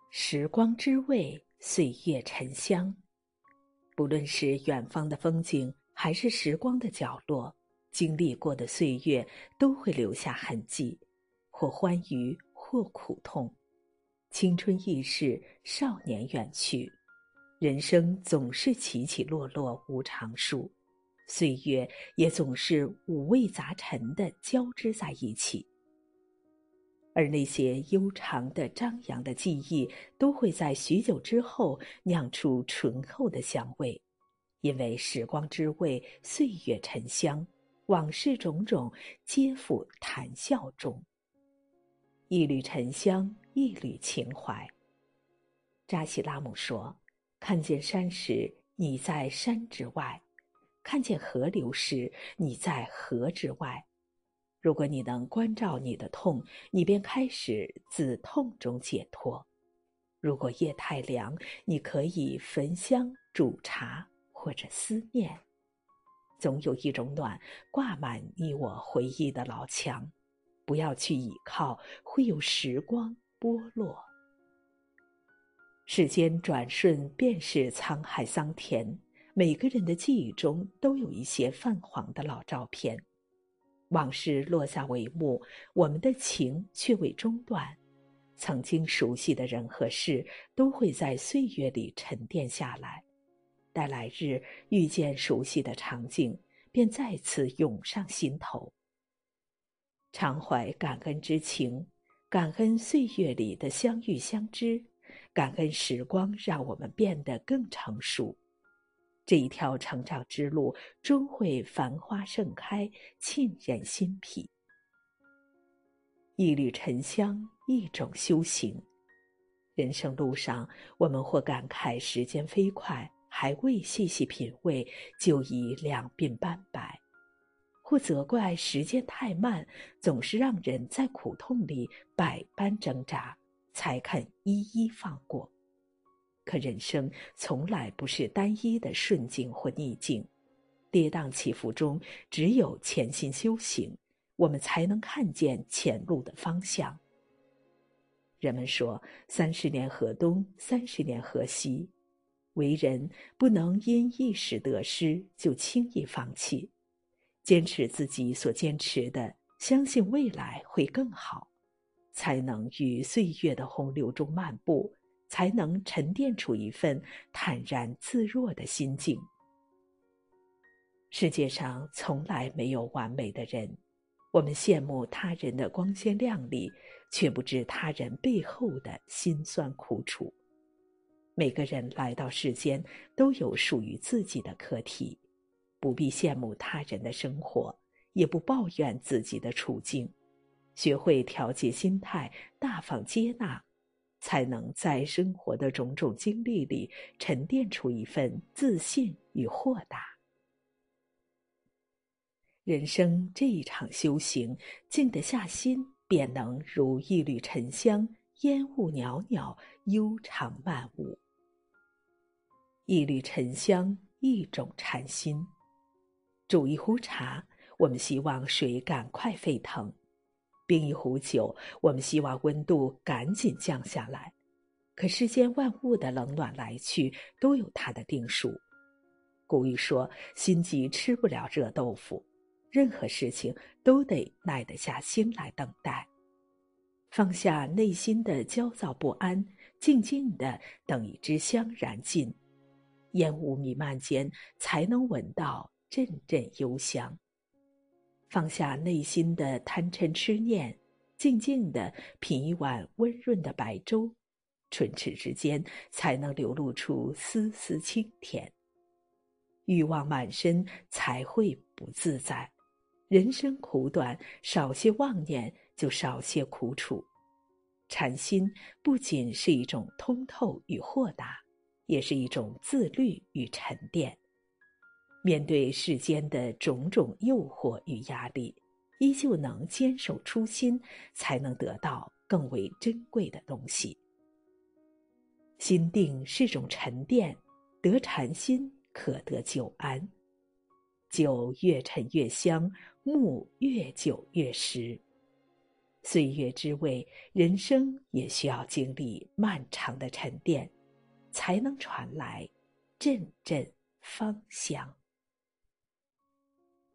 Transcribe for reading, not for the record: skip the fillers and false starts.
时光之味，岁月沉香。不论是远方的风景，还是时光的角落，经历过的岁月都会留下痕迹，或欢愉，或苦痛。青春易逝，少年远去，人生总是起起落落无常数，岁月也总是五味杂陈地交织在一起。而那些悠长的张扬的记忆，都会在许久之后酿出醇厚的香味，因为时光之味，岁月沉香，往事种种，皆付谈笑中。一缕沉香，一缕情怀。扎西拉姆说，看见山时，你在山之外；看见河流时，你在河之外。如果你能关照你的痛，你便开始自痛中解脱。如果夜太凉，你可以焚香煮茶或者思念。总有一种暖挂满你我回忆的老墙，不要去倚靠，会有时光剥落。世间转瞬便是沧海桑田，每个人的记忆中都有一些泛黄的老照片。往事落下帷幕，我们的情却未中断。曾经熟悉的人和事，都会在岁月里沉淀下来。待来日遇见熟悉的场景，便再次涌上心头。常怀感恩之情，感恩岁月里的相遇相知，感恩时光让我们变得更成熟。这一条成长之路终会繁花盛开，沁人心脾。一缕沉香，一种修行。人生路上，我们或感慨时间飞快，还未细细品味，就已两鬓斑白；或责怪时间太慢，总是让人在苦痛里百般挣扎，才肯一一放过。可人生从来不是单一的顺境或逆境，跌宕起伏中，只有潜心修行，我们才能看见前路的方向。人们说30年河东，30年河西，为人不能因一时得失就轻易放弃，坚持自己所坚持的，相信未来会更好，才能于岁月的洪流中漫步，才能沉淀出一份坦然自若的心境。世界上从来没有完美的人，我们羡慕他人的光鲜亮丽，却不知他人背后的辛酸苦楚。每个人来到世间，都有属于自己的课题，不必羡慕他人的生活，也不抱怨自己的处境，学会调节心态，大方接纳，才能在生活的种种经历里沉淀出一份自信与豁达。人生这一场修行，静得下心，便能如一缕沉香，烟雾袅袅，悠长漫舞。一缕沉香，一种禅心。煮一壶茶，我们希望水赶快沸腾；冰一壶酒，我们希望温度赶紧降下来。可世间万物的冷暖来去，都有它的定数。古语说，心急吃不了热豆腐。任何事情都得耐得下心来等待，放下内心的焦躁不安，静静地等一支香燃尽，烟雾弥漫间才能闻到阵阵幽香。放下内心的贪嗔痴念，静静地品一碗温润的白粥，唇齿之间才能流露出丝丝清甜。欲望满身才会不自在。人生苦短，少些妄念就少些苦楚。禅心不仅是一种通透与豁达，也是一种自律与沉淀。面对世间的种种诱惑与压力，依旧能坚守初心，才能得到更为珍贵的东西。心定是种沉淀，得禅心可得久安。酒越陈越香，木越久越实。 岁月之味，人生也需要经历漫长的沉淀，才能传来阵阵芳香。